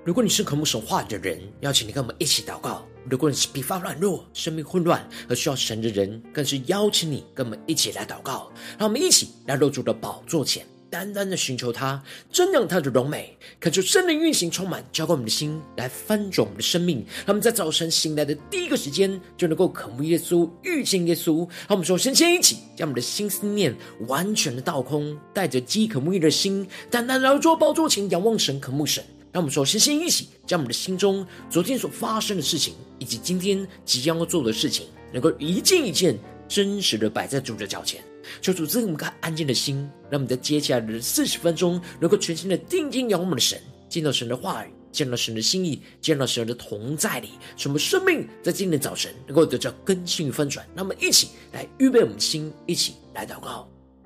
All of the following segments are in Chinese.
如果你是渴慕神话语的人，邀请你跟我们一起祷告。如果你是疲乏软弱、生命混乱而需要神的人，更是邀请你跟我们一起来祷告。让我们一起来到主的宝座前，单单的寻求他，瞻仰他的荣美，恳求圣灵运行充满，浇灌我们的心，来翻转我们的生命。让我们在早晨醒来的第一个时间，就能够渴慕耶稣，遇见耶稣。让我们说先一起将我们的心思念完全的倒空，带着饥渴慕义的心，单单来到主宝座前，仰望神，渴慕神。让我们首先一起将我们的心中昨天所发生的事情，以及今天即将要做的事情，能够一件一件真实的摆在主的脚前。求主赐给我们个安静的心，让我们在接下来的40分钟能够全心的定睛仰望我们的神，见到神的话语，见到神的心意，见到神的同在里，使我们生命在今天的早晨能够得到更新与翻转。让我们一起来预备我们的心，一起来祷告。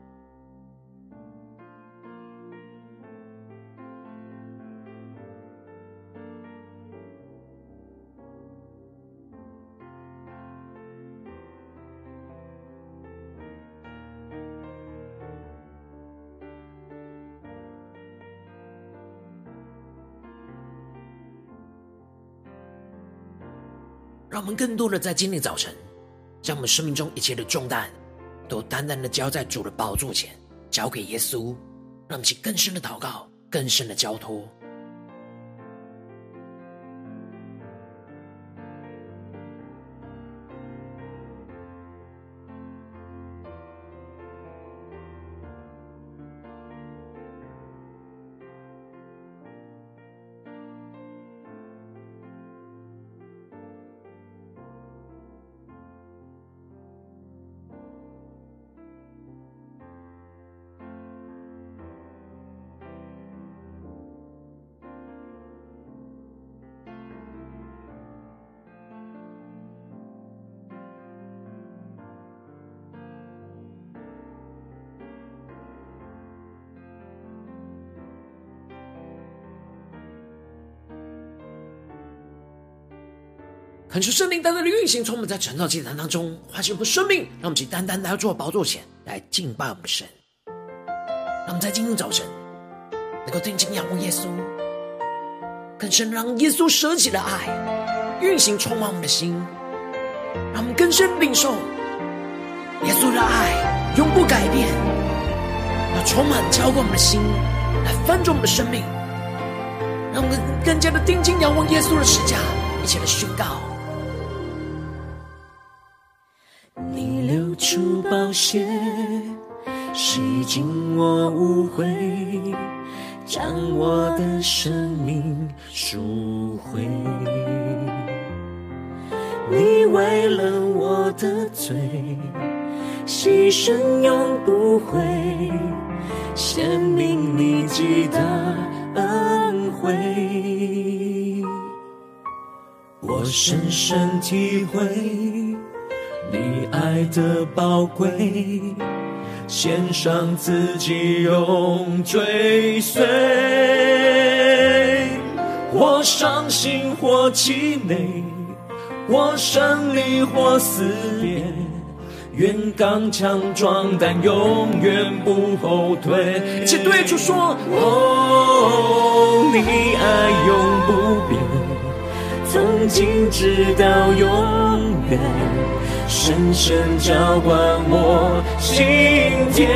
让我们更多的在今天早晨，将我们生命中一切的重担，都单单的交在主的宝座前，交给耶稣。让我们去更深的祷告，更深的交托。恳求圣灵单单的运行，从我们在晨祷祭坛当中唤醒我们生命，让我们去单单来到主的宝座前来敬拜我们的神。让我们在今天早晨能够定睛仰望耶稣，更深让耶稣舍己的爱运行充满我们的心，让我们更深领受耶稣的爱永不改变，要充满浇灌我们的心，来翻转我们的生命。让我们更加的定睛仰望耶稣的十架，一起来宣告。 你流出宝血，洗净我污秽，将我的生命赎回。你为了我的罪，牺牲永不悔，显明你极大恩惠。我深深体会你爱的宝贵，献上自己永追随。或伤心或气馁，或胜利或思别，愿刚强壮胆，永远不后退。 一起对主说： 哦，你爱永不变，从今直到永远，深深浇灌我心田。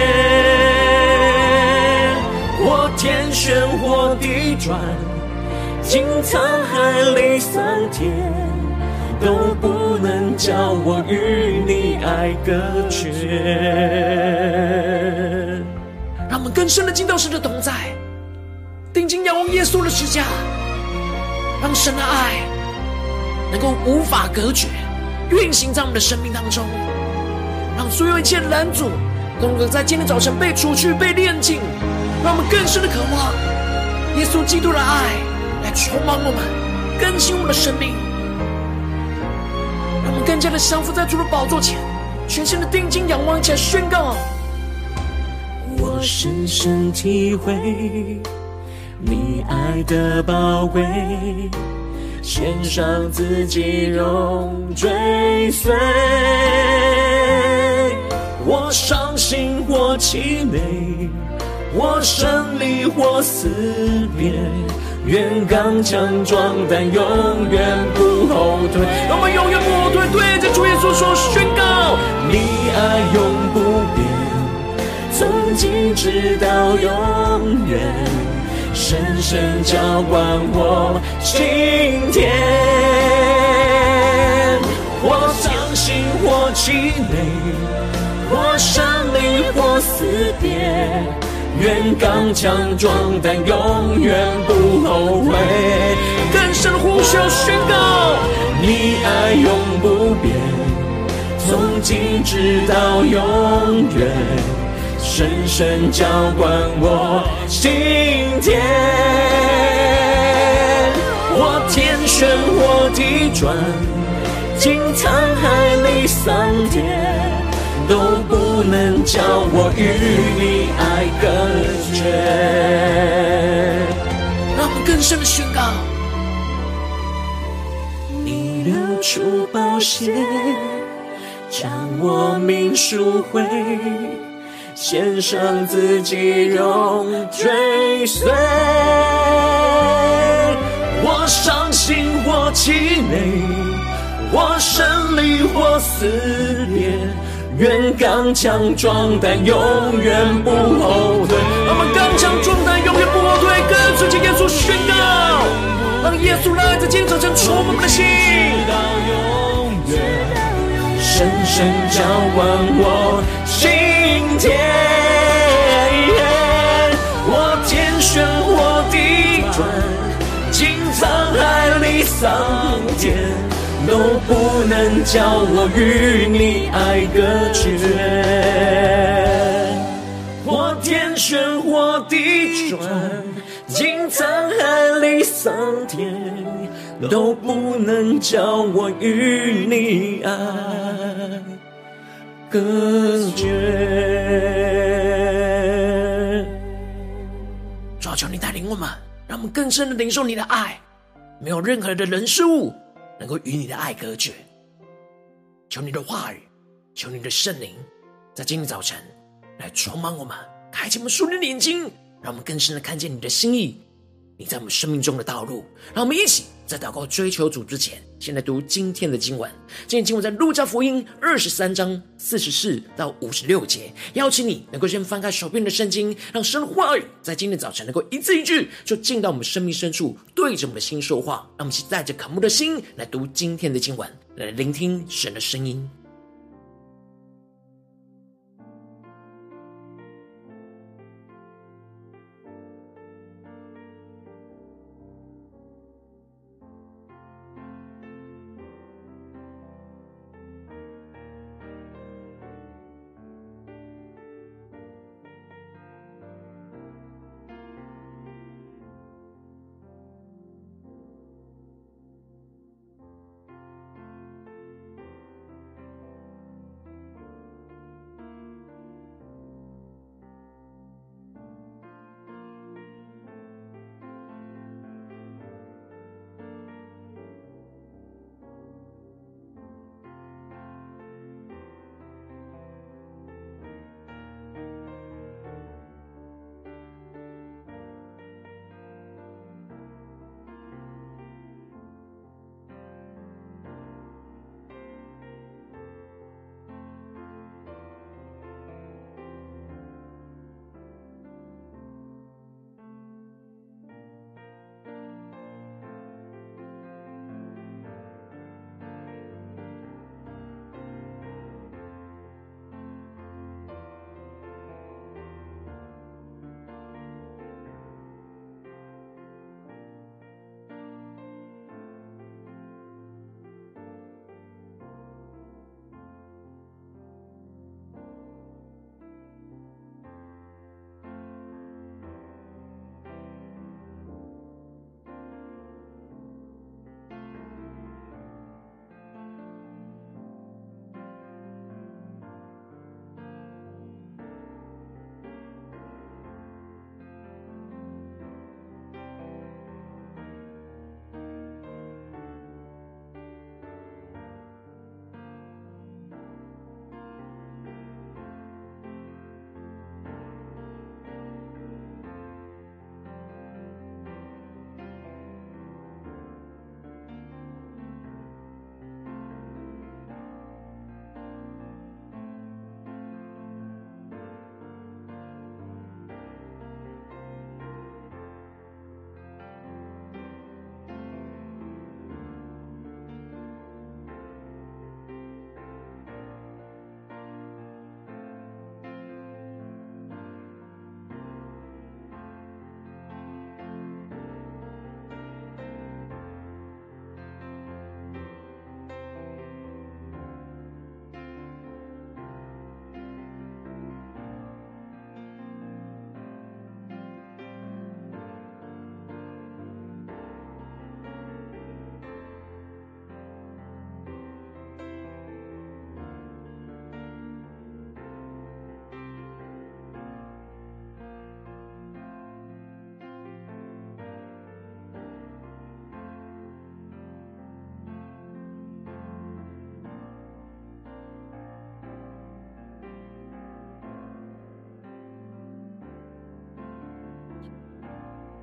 或天旋或地转，经沧海里桑田，都不能叫我与你爱隔绝。 让我们更深的进到神的同在，定睛仰望耶稣的十架，让神的爱能够无法隔绝，运行在我们的生命当中，让所有一切拦阻都能够在今天早晨被除去、被炼净。让我们更深的渴望耶稣基督的爱来充满我们，更新我们的生命。让我们更加的降服在主的宝座前，全心的定睛仰望，起来宣告。 我深深体会你爱的宝贵，献上自己永追随。我伤心或气馁， 我胜利或死别，愿刚强壮胆，永远不后退。让我们永远不后退，对着主耶稣说，宣告你爱永不变，从今直到永远，深深浇灌我心田。我相信或气馁，或胜利或死别，愿刚强壮胆，永远不后悔。更深的呼求宣告，你爱永不变，从今直到永远，深深浇灌我心田。我天旋或地转，经沧海里桑田，都不能叫我与你爱隔绝。 让我们更深的宣告， 你流出宝血，将我命赎回，献上自己永追随。我伤心或气馁，我胜利或死别，愿刚强壮胆，永远不后退。让我们刚强壮胆，永远不后退，跟随着耶稣宣告，让耶稣来在今早晨触摸我们的心，深深浇灌我心田。我天旋或地转，经沧海里桑田，都不能叫我与你爱隔绝。或天旋或地转，经沧海里桑田，都不能叫我与你爱隔绝。 主啊，求你带领我们，让我们更深的领受你的爱，没有任何的人事物能够与你的爱隔绝。求你的话语，求你的圣灵在今天早晨来充满我们，开启我们属灵的眼睛，让我们更深的看见你的心意，你在我们生命中的道路。让我们一起在祷告追求主之前，先来读今天的经文。今天经文在路加福音23章44到56节。邀请你能够先翻开手边的圣经，让神的话语在今天早晨能够一字一句就进到我们生命深处，对着我们的心说话。让我们一起带着渴慕的心来读今天的经文，来聆听神的声音。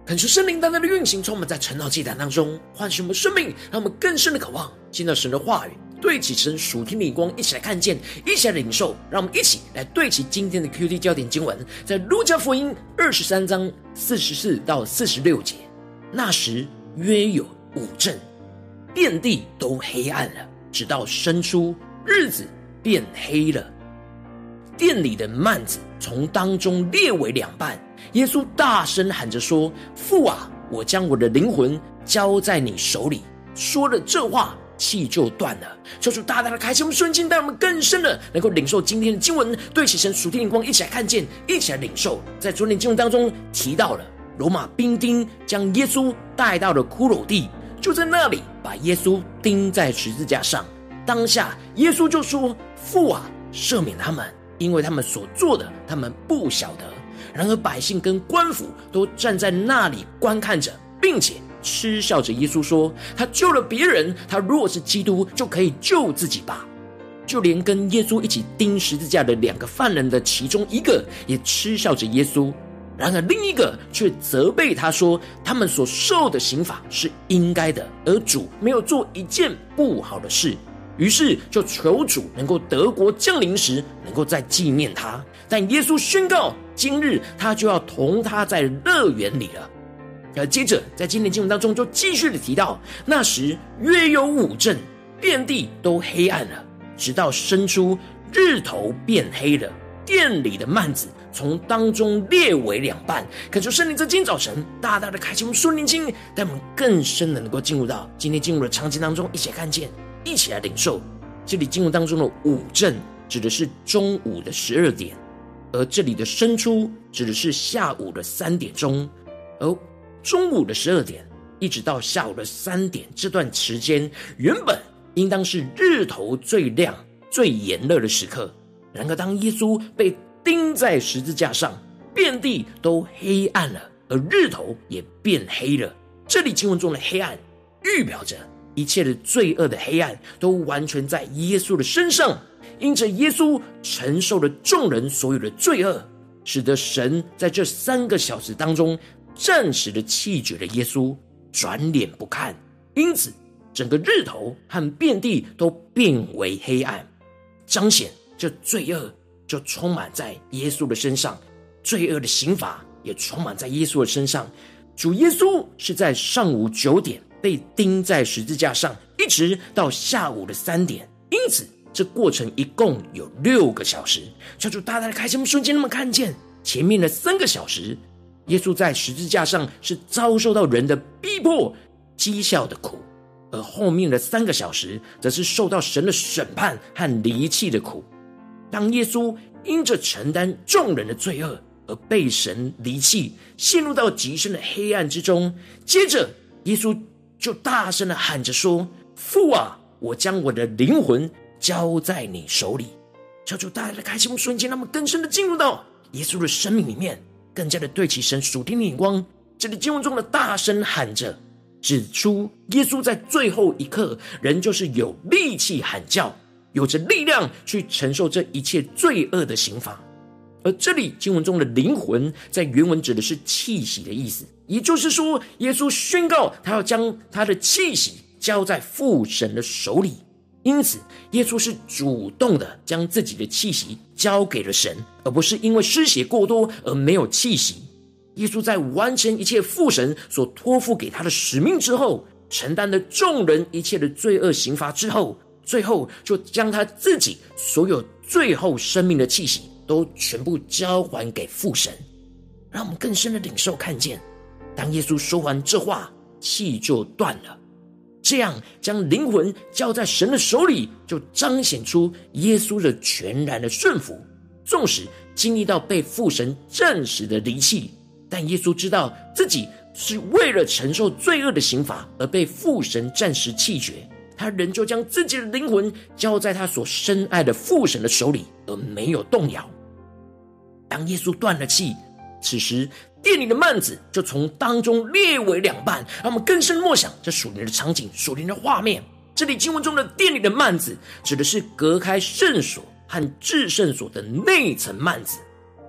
恳求圣灵单单的运行，从我们在晨祷祭坛当中唤醒我们生命，让我们更深的渴望见到神的话语，对齐神属天的眼光，一起来看见，一起来领受。让我们一起来对齐今天的 QT 焦点经文，在路加福音23章44到46节。那时约有5阵，遍地都黑暗了，直到申初，日子变黑了。殿里的幔子从当中裂为2半。耶稣大声喊着说：父啊，我将我的灵魂交在你手里。说了这话，气就断了。求主大大的开启我们瞬间，带我们更深的能够领受今天的经文，对齐神属天灵光，一起来看见，一起来领受。在昨天经文当中提到了罗马兵丁将耶稣带到了骷髅地，就在那里把耶稣钉在十字架上。当下耶稣就说：父啊，赦免他们，因为他们所做的他们不晓得。然而百姓跟官府都站在那里观看着，并且嗤笑着耶稣说：他救了别人，他若是基督，就可以救自己吧。就连跟耶稣一起钉十字架的2个犯人的其中一个也嗤笑着耶稣，然而另一个却责备他说，他们所受的刑罚是应该的，而主没有做一件不好的事。于是就求主能够得国降临时，能够再纪念他。但耶稣宣告，今日他就要同他在乐园里了。而接着在今天经文当中就继续的提到，那时约有5阵，遍地都黑暗了，直到申初，日头变黑了，殿里的幔子从当中裂为2半。恳求圣灵在今天早晨大大的开启我们属灵的心，带我们更深的能够进入到今天进入的场景当中，一起来看见，一起来领受。这里经文当中的5阵指的是中午的12点，而这里的申初指的是下午的3点钟。而中午的12点一直到下午的3点这段时间，原本应当是日头最亮最炎热的时刻。然而当耶稣被钉在十字架上，遍地都黑暗了，而日头也变黑了。这里经文中的黑暗预表着一切的罪恶的黑暗都完全在耶稣的身上，因着耶稣承受了众人所有的罪恶，使得神在这3个小时当中暂时的弃绝了耶稣，转脸不看。因此整个日头和遍地都变为黑暗，彰显这罪恶就充满在耶稣的身上，罪恶的刑罚也充满在耶稣的身上。主耶稣是在上午9点被钉在十字架上，一直到下午的3点，因此这过程一共有6个小时。求主大大的开启我们瞬间，那么看见前面的3个小时，耶稣在十字架上是遭受到人的逼迫讥笑的苦，而后面的3个小时则是受到神的审判和离弃的苦。当耶稣因着承担众人的罪恶而被神离弃，陷入到极深的黑暗之中，接着耶稣就大声的喊着说：父啊，我将我的灵魂交在你手里。求主大大的开启我们瞬间，让我们更深的进入到耶稣的生命里面，更加的对齐神属天的眼光。这里经文中的大声喊着，指出耶稣在最后一刻仍旧有力气喊叫，有着力量去承受这一切罪恶的刑罚。而这里经文中的灵魂在原文指的是气息的意思，也就是说耶稣宣告他要将他的气息交在父神的手里。因此耶稣是主动的将自己的气息交给了神，而不是因为失血过多而没有气息。耶稣在完成一切父神所托付给他的使命之后，承担了众人一切的罪恶刑罚之后，最后就将他自己所有最后生命的气息都全部交还给父神。让我们更深的领受看见，当耶稣说完这话，气就断了。这样将灵魂交在神的手里，就彰显出耶稣的全然的顺服。纵使经历到被父神暂时的离弃，但耶稣知道自己是为了承受罪恶的刑罚而被父神暂时弃绝，他仍旧将自己的灵魂交在他所深爱的父神的手里，而没有动摇。当耶稣断了气，此时殿里的幔子就从当中裂为2半。让我们更深默想这属灵的场景，属灵的画面。这里经文中的殿里的幔子指的是隔开圣所和至圣所的内层幔子，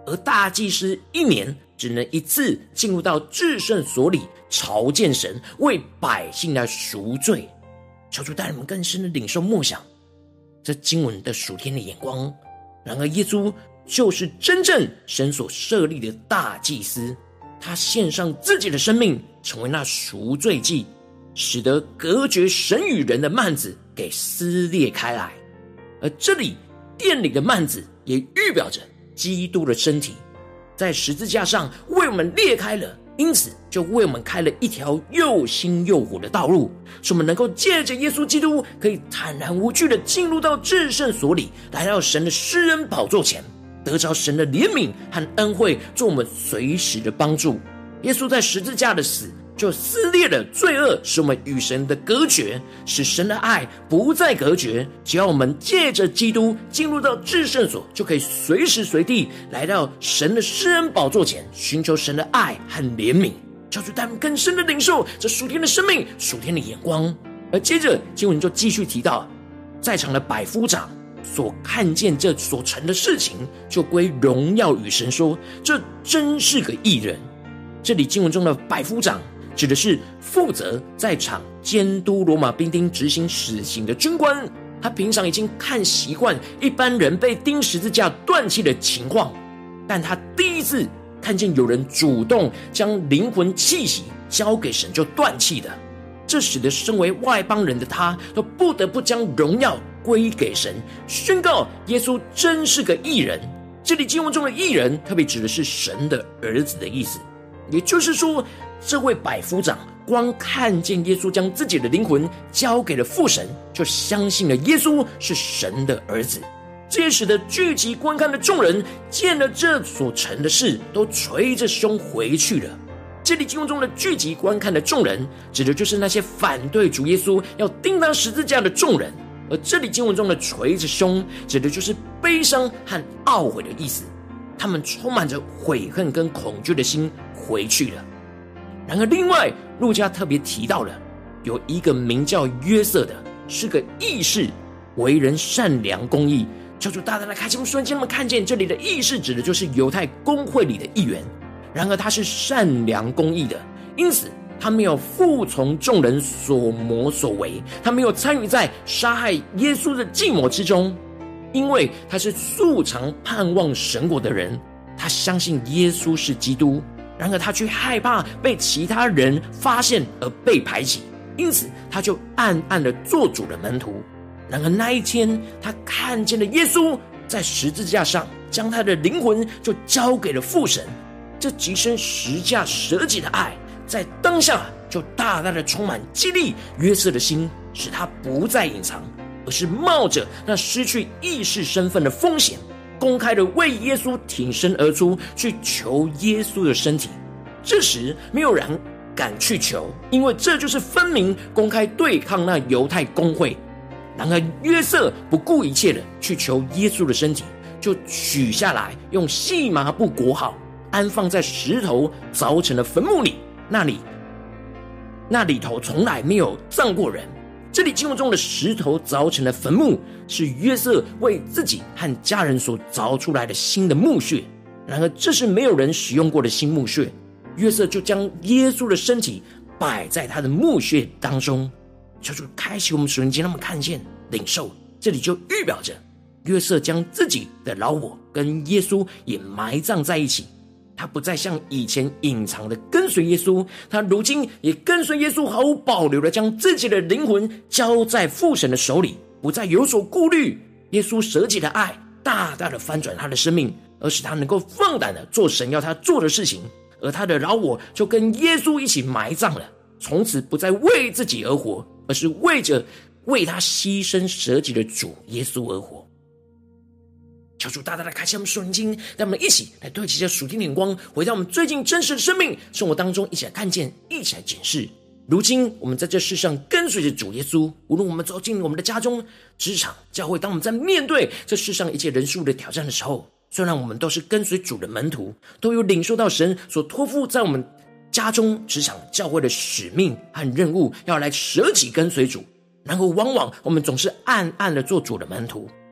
而大祭司一年只能一次进入到至圣所里朝见神，为百姓来赎罪。求主带你们更深的领受默想这经文的属天的眼光。然而耶稣就是真正神所设立的大祭司，他献上自己的生命，成为那赎罪祭，使得隔绝神与人的幔子给撕裂开来。而这里殿里的幔子也预表着基督的身体，在十字架上为我们裂开了，因此就为我们开了一条又新又活的道路，使我们能够借着耶稣基督，可以坦然无惧的进入到至圣所里，来到神的施恩宝座前，得着神的怜悯和恩惠，做我们随时的帮助。耶稣在十字架的死就撕裂了罪恶，使我们与神的隔绝，使神的爱不再隔绝。只要我们借着基督进入到至圣所，就可以随时随地来到神的施恩宝座前，寻求神的爱和怜悯。求主带我们更深的领受这属天的生命、属天的眼光。而接着经文就继续提到，在场的百夫长所看见这所成的事情，就归荣耀与神，说这真是个义人。这里经文中的百夫长指的是负责在场监督罗马兵丁执行死刑的军官，他平常已经看习惯一般人被钉十字架断气的情况，但他第一次看见有人主动将灵魂气息交给神就断气的，这使得身为外邦人的他都不得不将荣耀归给神，宣告耶稣真是个义人。这里经文中的义人特别指的是神的儿子的意思，也就是说，这位百夫长光看见耶稣将自己的灵魂交给了父神，就相信了耶稣是神的儿子。这也使得聚集观看的众人见了这所成的事，都捶着胸回去了。这里经文中的聚集观看的众人，指的就是那些反对主耶稣要钉他十字架的众人，而这里经文中的捶着胸，指的就是悲伤和懊悔的意思。他们充满着悔恨跟恐惧的心回去了。然而另外路加特别提到了有一个名叫约瑟的，是个义士，为人善良公义。求主大大的开启我们瞬间，我们看见这里的义士指的就是犹太公会里的一员。然而他是善良公义的，因此他没有服从众人所谋所为，他没有参与在杀害耶稣的计谋之中。因为他是素常盼望神国的人，他相信耶稣是基督，然而他却害怕被其他人发现而被排挤，因此他就暗暗的做主的门徒。然而那一天，他看见了耶稣在十字架上将他的灵魂就交给了父神，这极深十架舍己的爱在当下就大大的充满激励约瑟的心，使他不再隐藏，而是冒着那失去意识身份的风险，公开的为耶稣挺身而出，去求耶稣的身体。这时没有人敢去求，因为这就是分明公开对抗那犹太公会。然而约瑟不顾一切的去求耶稣的身体，就取下来，用细麻布裹好，安放在石头凿成的坟墓里，那里头从来没有葬过人。这里经文中的石头凿成的坟墓，是约瑟为自己和家人所凿出来的新的墓穴。然而这是没有人使用过的新墓穴，约瑟就将耶稣的身体摆在他的墓穴当中。求主开启我们属灵眼，让我们看见领受，这里就预表着约瑟将自己的老我跟耶稣也埋葬在一起。他不再像以前隐藏的跟随耶稣，他如今也跟随耶稣，毫无保留的将自己的灵魂交在父神的手里，不再有所顾虑。耶稣舍己的爱大大的翻转他的生命，而使他能够放胆的做神要他做的事情。而他的老我就跟耶稣一起埋葬了，从此不再为自己而活，而是为他牺牲舍己的主耶稣而活。求主大大的开启我们属灵经，让我们一起来对齐这属天的眼光，回到我们最近真实的生命生活当中，一起来看见，一起来检视。如今我们在这世上跟随着主耶稣，无论我们走进我们的家中、职场、教会，当我们在面对这世上一切人数的挑战的时候，虽然我们都是跟随主的门徒，都有领受到神所托付在我们家中、职场、教会的使命和任务，要来舍己跟随主，然后往往我们总是暗暗的做主的门徒，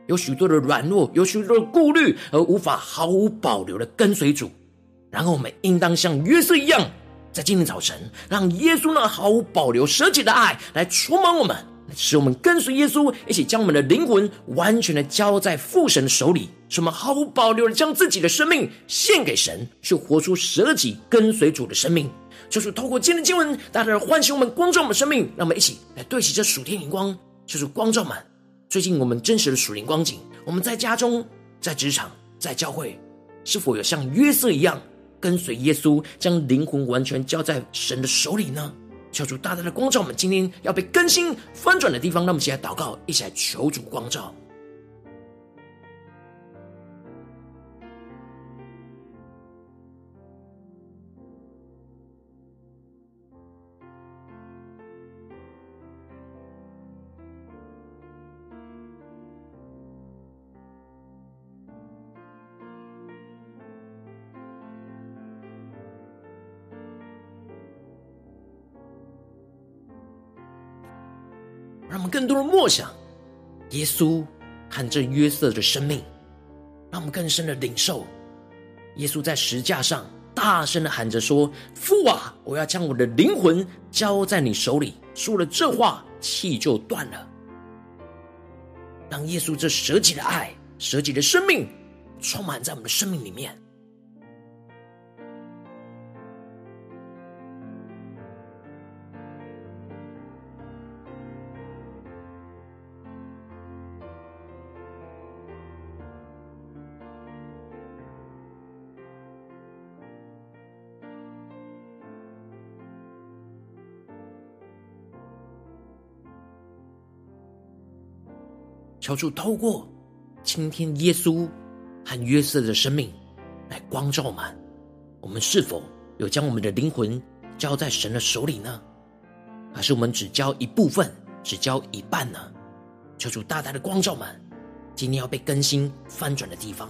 有许多的软弱，有许多的顾虑，而无法毫无保留的跟随主。然后我们应当像约瑟一样，在今天早晨，让耶稣那毫无保留舍己的爱来充满我们，使我们跟随耶稣，一起将我们的灵魂完全的交在父神的手里，使我们毫无保留的将自己的生命献给神，去活出舍己跟随主的生命。求主透过今天的经文，大大的唤醒我们，光照我们生命，让我们一起来对齐这属天灵光。求主光照们最近我们真实的属灵光景，我们在家中、在职场、在教会，是否有像约瑟一样跟随耶稣，将灵魂完全交在神的手里呢？求主大大的光照我们今天要被更新翻转的地方，让我们一起来祷告，一起来求主光照。让我们更多的默想耶稣和这约瑟的生命，让我们更深的领受耶稣在十架上大声的喊着说：父啊，我要将我的灵魂交在你手里。说了这话，气就断了。让耶稣这舍己的爱、舍己的生命充满在我们的生命里面。求主透过今天耶稣和约瑟的生命来光照我们，我们是否有将我们的灵魂交在神的手里呢？还是我们只交一部分，只交一半呢？求主大大的光照我们今天要被更新翻转的地方。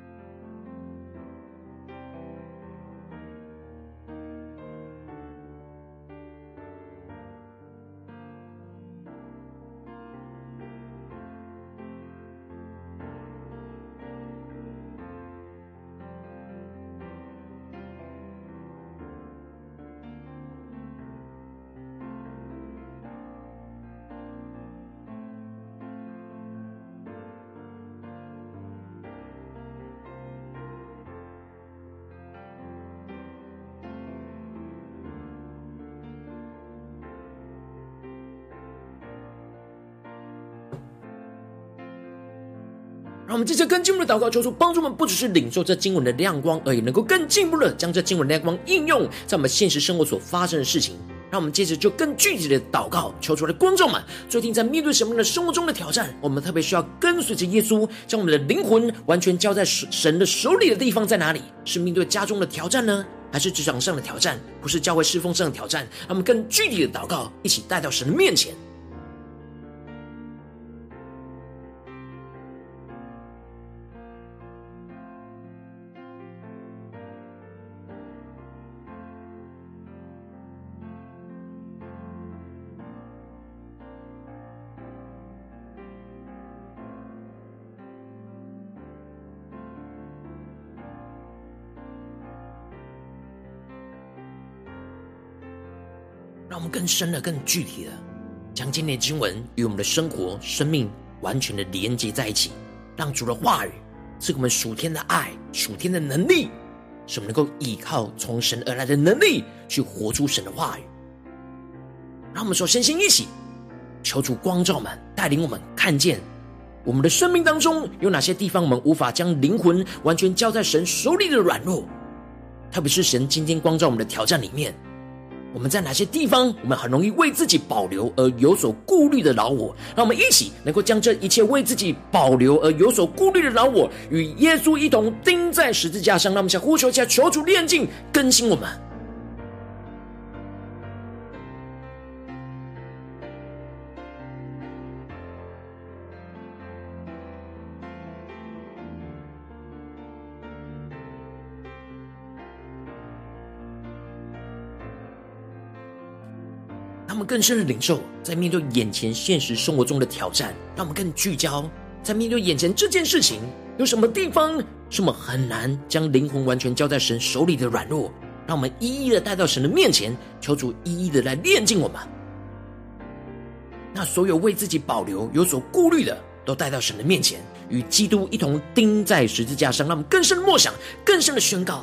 让我们接着更进一步的祷告，求主帮助我们不只是领受这经文的亮光而已，能够更进一步的将这经文的亮光应用在我们现实生活所发生的事情。让我们接着就更具体的祷告，求主的光照们最近在面对什么样的生活中的挑战，我们特别需要跟随着耶稣，将我们的灵魂完全交在神的手里的地方在哪里？是面对家中的挑战呢，还是职场上的挑战，不是教会侍奉上的挑战？让我们更具体的祷告，一起带到神的面前。让我们更深的、更具体的将今天的经文与我们的生活、生命完全的连接在一起，让主的话语赐给我们属天的爱、属天的能力，使我们能够依靠从神而来的能力去活出神的话语。让我们首先一起求主光照们，带领我们看见我们的生命当中有哪些地方我们无法将灵魂完全交在神手里的软弱，特别是神今天光照我们的挑战里面，我们在哪些地方我们很容易为自己保留而有所顾虑的老我。让我们一起能够将这一切为自己保留而有所顾虑的老我与耶稣一同钉在十字架上。让我们想呼求一下，求主炼净更新我们。让我们更深的领受，在面对眼前现实生活中的挑战，让我们更聚焦在面对眼前这件事情，有什么地方是我们很难将灵魂完全交在神手里的软弱，让我们一一的带到神的面前，求主一一的来炼净我们。那所有为自己保留有所顾虑的，都带到神的面前，与基督一同钉在十字架上，让我们更深的默想，更深的宣告。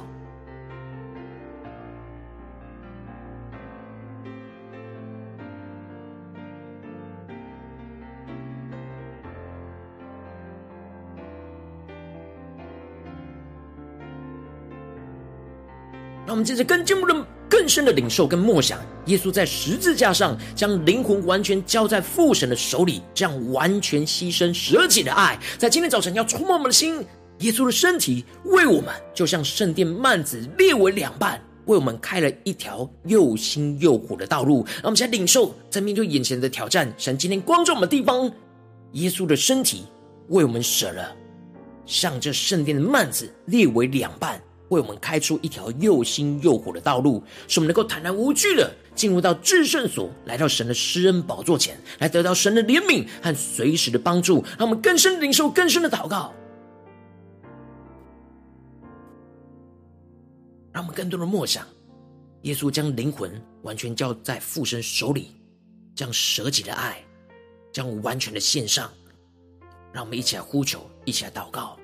让我们接着更深的领受跟默想，耶稣在十字架上将灵魂完全交在父神的手里，这样完全牺牲舍己的爱，在今天早晨要充满我们的心。耶稣的身体为我们就像圣殿幔子裂为两半，为我们开了一条又新又活的道路。让我们现在领受，在面对眼前的挑战，神今天光照我们的地方，耶稣的身体为我们舍了，像这圣殿的幔子裂为两半，为我们开出一条又新又活的道路，使我们能够坦然无惧的进入到至圣所，来到神的施恩宝座前，来得到神的怜悯和随时的帮助。让我们更深的领受，更深的祷告，让我们更多的默想，耶稣将灵魂完全交在父神手里，这样舍己的爱，这样完全的献上。让我们一起来呼求，一起来祷告。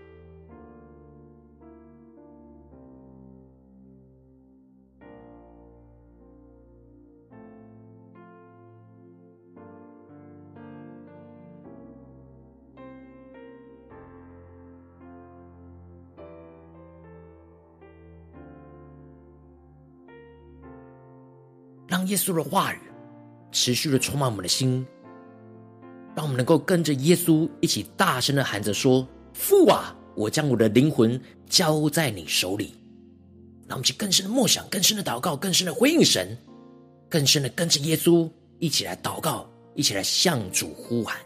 让耶稣的话语持续的充满我们的心，让我们能够跟着耶稣一起大声的喊着说：父啊，我将我的灵魂交在你手里。让我们去更深的默想，更深的祷告，更深的回应神，更深的跟着耶稣一起来祷告，一起来向主呼喊。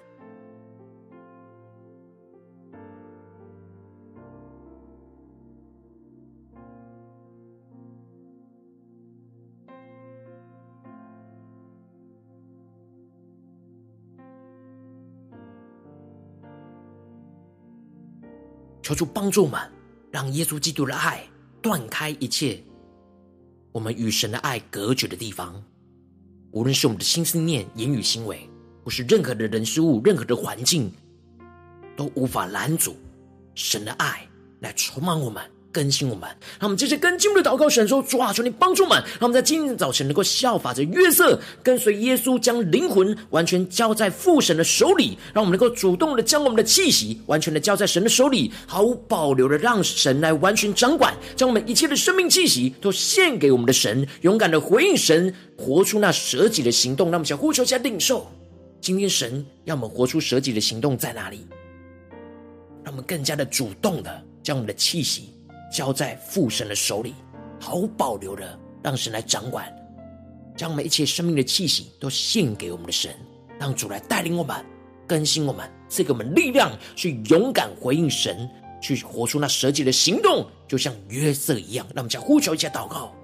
求主帮助我们，让耶稣基督的爱断开一切我们与神的爱隔绝的地方，无论是我们的心思念、言语行为，或是任何的人事物、任何的环境，都无法拦阻神的爱来充满我们，更新我们。让我们接着跟进我们的祷告，神说：主啊，求你帮助我们，让我们在今天的早晨能够效法着约瑟，跟随耶稣，将灵魂完全交在父神的手里，让我们能够主动的将我们的气息完全的交在神的手里，毫无保留的让神来完全掌管，将我们一切的生命气息都献给我们的神，勇敢的回应神，活出那舍己的行动。让我们想呼求一下领受，今天神要我们活出舍己的行动在哪里？让我们更加的主动的将我们的气息交在父神的手里，毫无保留的让神来掌管，将我们一切生命的气息都献给我们的神，让主来带领我们，更新我们，赐给我们力量，去勇敢回应神，去活出那舍己的行动，就像约瑟一样。让我们将呼求一下祷告。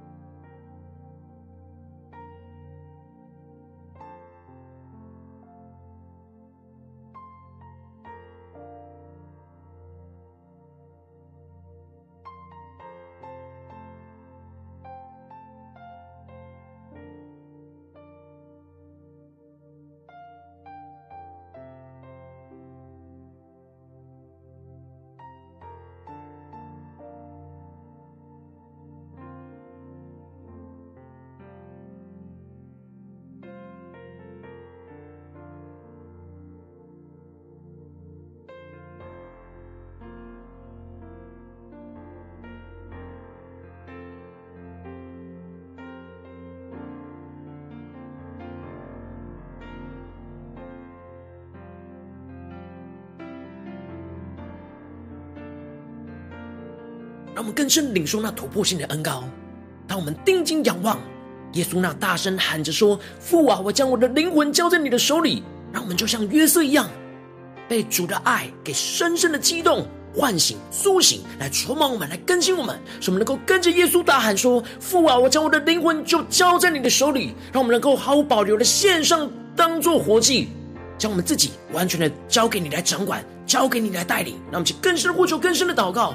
让我们更深领受那突破性的恩膏。当我们定睛仰望耶稣那大声喊着说：父啊，我将我的灵魂交在你的手里，让我们就像约瑟一样，被主的爱给深深的激动、唤醒、苏醒，来充满我们，来更新我们，使我们能够跟着耶稣大喊说：父啊，我将我的灵魂就交在你的手里，让我们能够毫无保留的献上，当作活祭， 将我们自己完全的交给你来掌管，交给你来带领。让我们去更深的呼求，更深的祷告。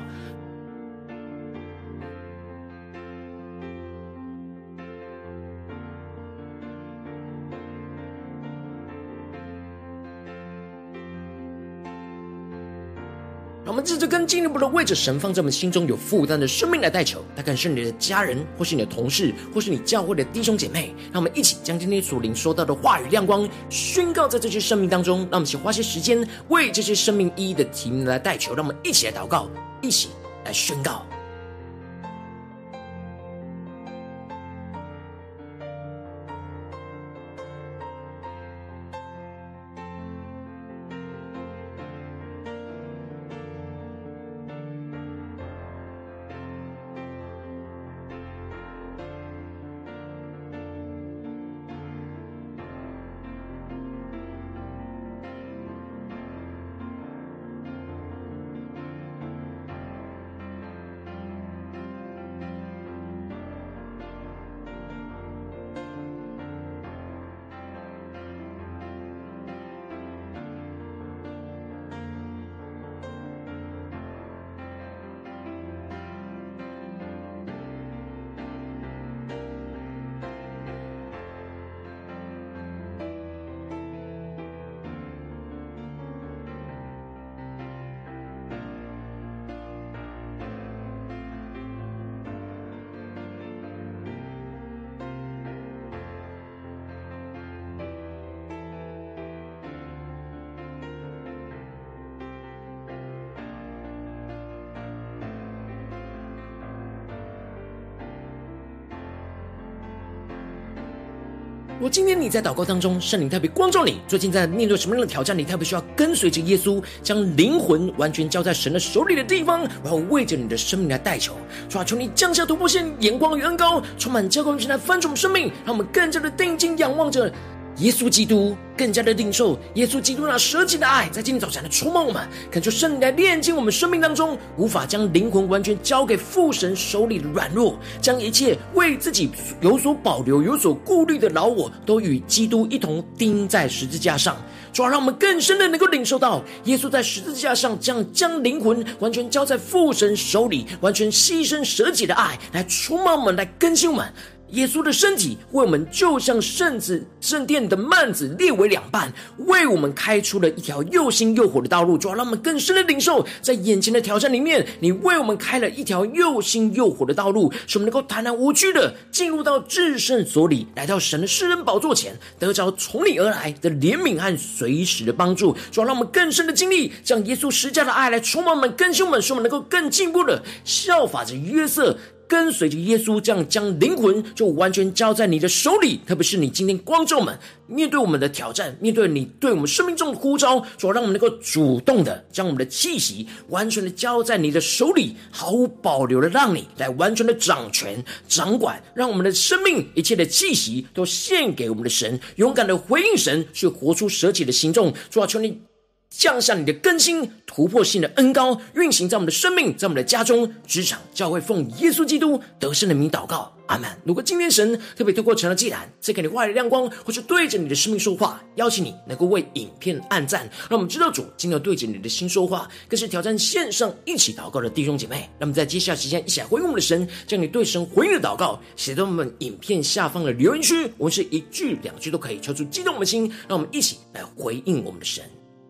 让我们这更进一步的为着神放在我们心中有负担的生命来代求，他可能是你的家人，或是你的同事，或是你教会的弟兄姐妹。让我们一起将今天所领受到的话语亮光宣告在这些生命当中。让我们一起花些时间为这些生命一一的题目来代求。让我们一起来祷告，一起来宣告。如果今天你在祷告当中，圣灵特别光照你，最近在面对什么样的挑战，你特别需要跟随着耶稣，将灵魂完全交在神的手里的地方，然后为着你的生命来代求。主啊，求你降下突破线，眼光与恩膏，充满浇灌我们来翻转我们生命，让我们更加的定睛仰望着耶稣基督，更加的领受耶稣基督那舍己的爱，在今天早晨的触摸我们，恳求圣灵来炼净我们生命当中无法将灵魂完全交给父神手里的软弱，将一切为自己有所保留、有所顾虑的老我，都与基督一同钉在十字架上。主要让我们更深的能够领受到耶稣在十字架上将灵魂完全交在父神手里，完全牺牲舍己的爱来触摸我们，来更新我们。耶稣的身体为我们就像圣殿的幔子裂为两半，为我们开出了一条又新又火的道路。主要让我们更深的领受，在眼前的挑战里面，你为我们开了一条又新又火的道路，使我们能够坦然无惧的进入到至圣所里，来到神的施恩宝座前，得着从你而来的怜悯和随时的帮助。主要让我们更深的经历，将耶稣十字架的爱来充满我们、更新我们，使我们能够更进一步的效法着约瑟，跟随着耶稣，这样将灵魂就完全交在你的手里。特别是你今天光照们面对我们的挑战，面对你对我们生命中的呼召，主要让我们能够主动的将我们的气息完全的交在你的手里，毫无保留的让你来完全的掌权掌管，让我们的生命一切的气息都献给我们的神，勇敢的回应神，去活出舍己的行动。主要求你降下你的更新突破性的恩膏，运行在我们的生命，在我们的家中、职场、教会，奉耶稣基督得胜的名祷告，阿们。如果今天神特别透过成了祭坛赐给你话语的亮光，或是对着你的生命说话，邀请你能够为影片按赞，让我们知道主今天对着你的心说话，更是挑战线上一起祷告的弟兄姐妹。让我们在接下来时间一起来回应我们的神，将你对神回应的祷告写在我们影片下方的留言区，我们是一句两句都可以，抽出激动我们的心，让我们一起来回应我们的神。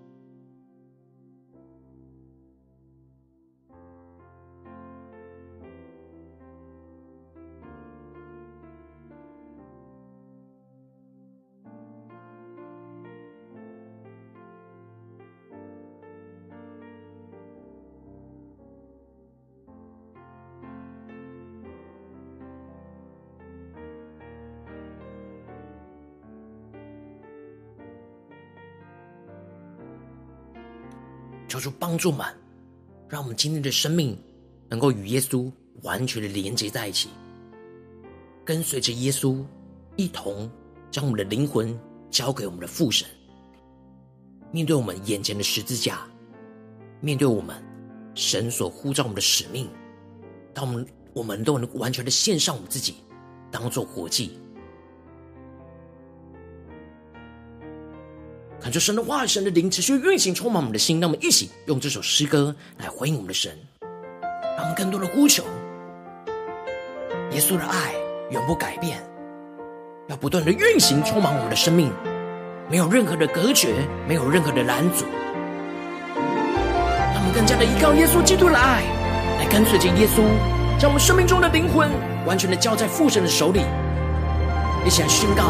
求主帮助们，让我们今天的生命能够与耶稣完全的连接在一起，跟随着耶稣一同将我们的灵魂交给我们的父神，面对我们眼前的十字架，面对我们神所呼召我们的使命，当我们都能完全的献上我们自己当作活祭， 恳求神的话语、神的灵持续运行，充满我们的心。让我们一起用这首诗歌来回应我们的神，让我们更多的呼求耶稣的爱永不改变，要不断的运行，充满我们的生命，没有任何的隔绝，没有任何的拦阻。让我们更加的依靠耶稣基督的爱，来跟随着耶稣，将我们生命中的灵魂完全的交在父神的手里。一起来宣告：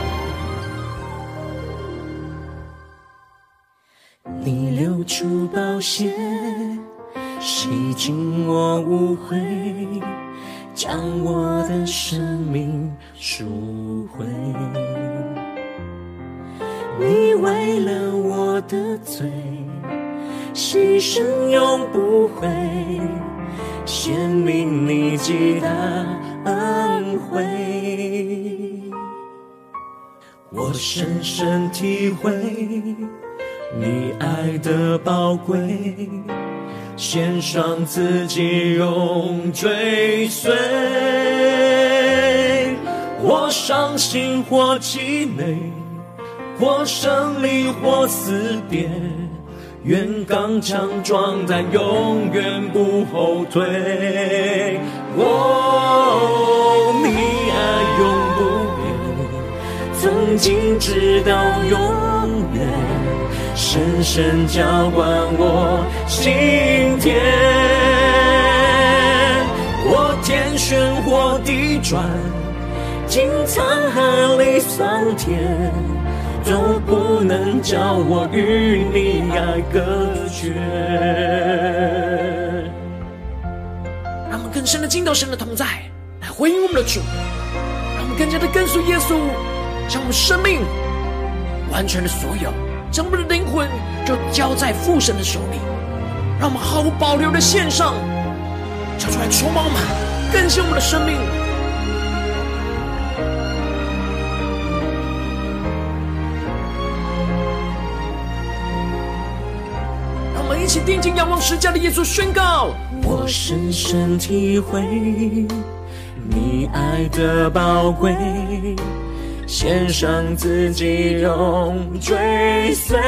你流出宝血，洗净我污秽，将我的生命赎回。你为了我的罪，牺牲永不悔，显明你极大恩惠。我深深体会你爱的宝贵，献上自己永追随。或伤心或气馁，或胜利或死别，愿刚强壮胆，永远不后退。哦，你爱永不变，从今直到永远，深深浇灌我心田。或天旋或地转，经沧海里桑田，都不能叫我与你爱隔绝。 让我们更深的进到神的同在，来回应我们的主，让我们更加的跟随耶稣，将我们生命完全的所有，将我们的灵魂就交在父神的手里，让我们毫无保留的献上，交出来充满我们，更新我们的生命。一起定睛仰望十架的耶稣，宣告： 我深深体会你爱的宝贵，献上自己永追随。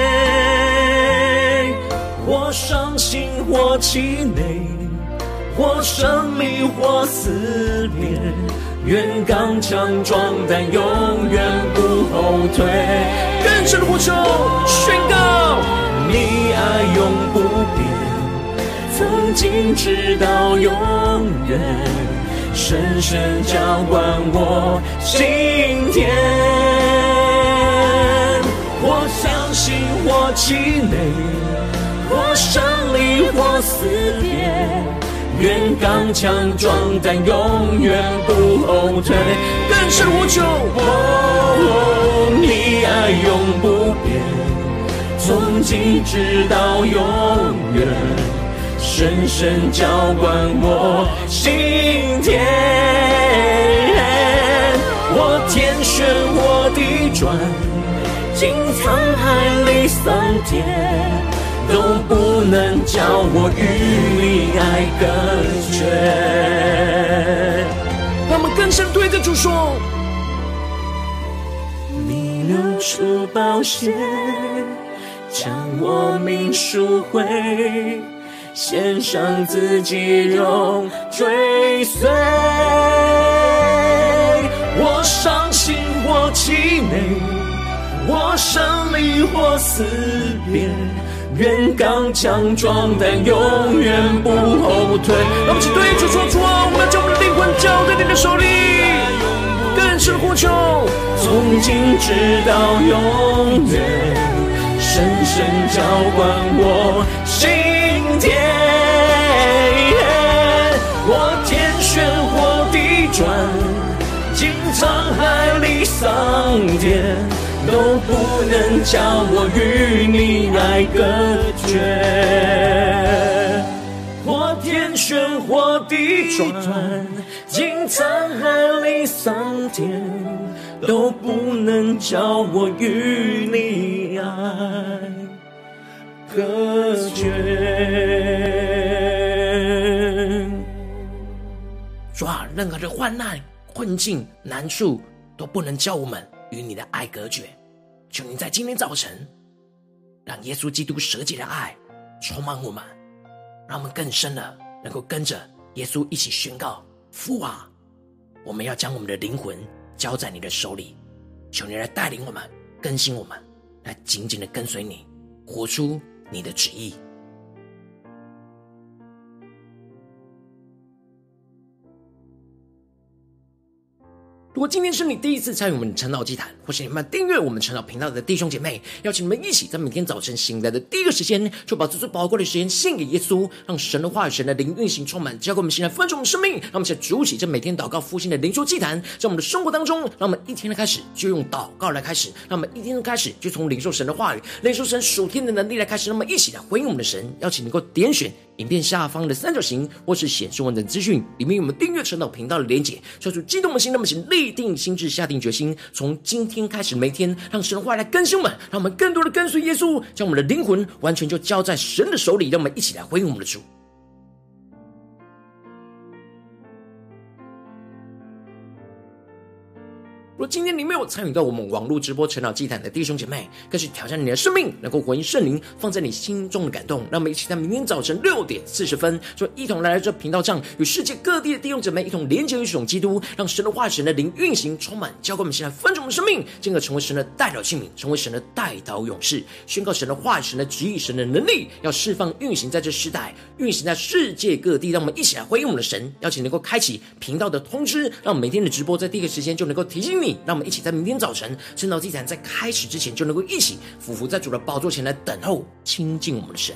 或伤心或气馁，或胜利或撕裂，愿刚强壮胆，永远不后退。 更深的呼求，宣告： 你爱永不变，从今直到永远，深深浇灌我心田。或相信或气馁，或胜利或撕裂，愿刚强壮胆，永远不后退。 更深的呼求， 哦，你爱永不变，从今直到永远，深深浇灌我心田。我天旋或地转，经沧海里桑田，都不能叫我与你爱隔绝。 让我们更深对着主说： 你流出宝血，将我命赎回，献上自己永追随。我伤心或气馁，我胜利或撕裂，愿刚强壮胆，永远不后退。 让我们一起对主说：主啊，我们要将我们的灵魂交在你的手里。更深呼求， 从今直到永远，深深浇灌我心田。我天旋或地转，经沧海里桑田，都不能叫我与你爱隔绝。或天旋或地转，经沧海里桑田，都不能叫我与你爱隔绝。 主啊，任何的患难、困境、难处都不能叫我们与你的爱隔绝。 求您在今天早晨让耶稣基督舍己的爱充满我们，让我们更深的能够跟着耶稣一起宣告：父啊，我们要将我们的灵魂交在你的手里，求你来带领我们，更新我们，来紧紧的跟随你，活出你的旨意。如果今天是你第一次参与我们晨祷祭坛，或是你们订阅我们晨祷频道的弟兄姐妹，邀请你们一起在每天早晨醒来的第一个时间，就把最宝贵的时间献给耶稣，让神的话语、神的灵运行充满，交给我们现在分盛我们生命。让我们一起主起这每天祷告复兴的灵修祭坛，在我们的生活当中，让我们一天的开始就用祷告来开始，让我们一天的开始就从领受神的话语、领受神属天的能力来开始。让我们一起来回应我们的神。邀请能够点选影片下方的三角形，或是显示完整资讯里面有我们订阅晨祷频道的连结，说出激动的心，那么请立定心志，下定决心，从今天开始每天让神的话来更新我们，让我们更多的跟随耶稣，将我们的灵魂完全就交在神的手里。让我们一起来回应我们的主。如果今天你没有参与到我们网络直播晨祷祭坛的弟兄姐妹，更是挑战你的生命，能够回应圣灵放在你心中的感动。让我们一起在明天早晨6:40，就一同来到这频道上，与世界各地的弟兄姐妹一同连接与使用基督，让神的话语、神的灵运行充满，交给我们现在分盛我们的生命，进而成为神的代祷器皿，成为神的代祷勇士，宣告神的话语、神的旨意、神的能力，要释放运行在这世代，运行在世界各地。让我们一起来回应我们的神，邀请能够开启频道的通知，让我们每天的直播在第一个时间就能够提醒你。让我们一起在明天早晨晨祷祭坛在开始之前，就能够一起俯伏在主的宝座前来等候亲近我们的神。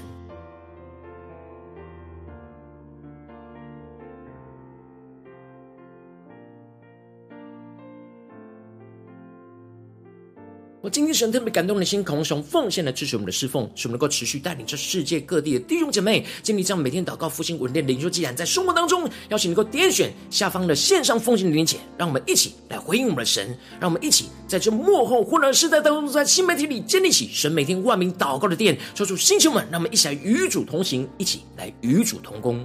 我今天神特别感动的心，渴望从奉献来支持我们的侍奉，使我们能够持续带领这世界各地的弟兄姐妹建立这样每天祷告复兴稳定灵修祭坛，在生活当中邀请能够点选下方的线上奉献的连结，让我们一起来回应我们的神，让我们一起在这末后混乱的时代当中，在新媒体里建立起神每天万名祷告的殿，说出星球们，让我们一起来与主同行，一起来与主同工。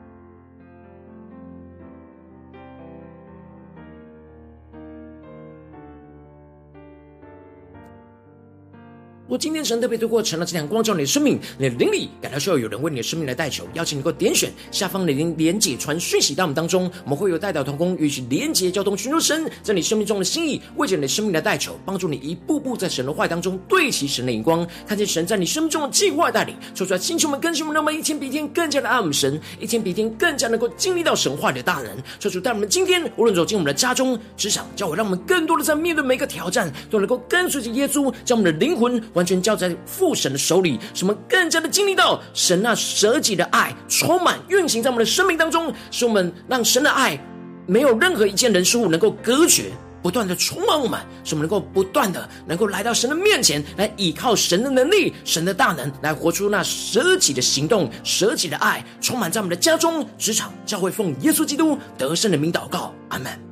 如果今天神特别透过晨祷祭坛光照你的生命，你的灵里感到需要有人为你的生命来代求，邀请你能够点选下方的连结传讯息到我们当中，我们会有代祷同工与其连结交通，寻求神在你生命中的心意，为着你的生命来代求，帮助你一步步在神的话语当中对齐神的眼光，看见神在你生命中的计划带领，说出来星球们更新我们，让我们一天比一天更加的爱我们神，一天比一天更加能够经历到神话里的大能。说出带我们今天无论走进我们的家中、职场、教会，让我们更多的在面对每个挑战都能够跟随着耶稣，将我们的灵魂完全交在父神的手里，使我们更加的经历到神那舍己的爱充满运行在我们的生命当中，使我们让神的爱没有任何一件人事物能够隔绝，不断的充满我们，使我们能够不断的能够来到神的面前，来依靠神的能力、神的大能，来活出那舍己的行动、舍己的爱，充满在我们的家中、职场、教会，奉耶稣基督得胜的名祷告，阿们。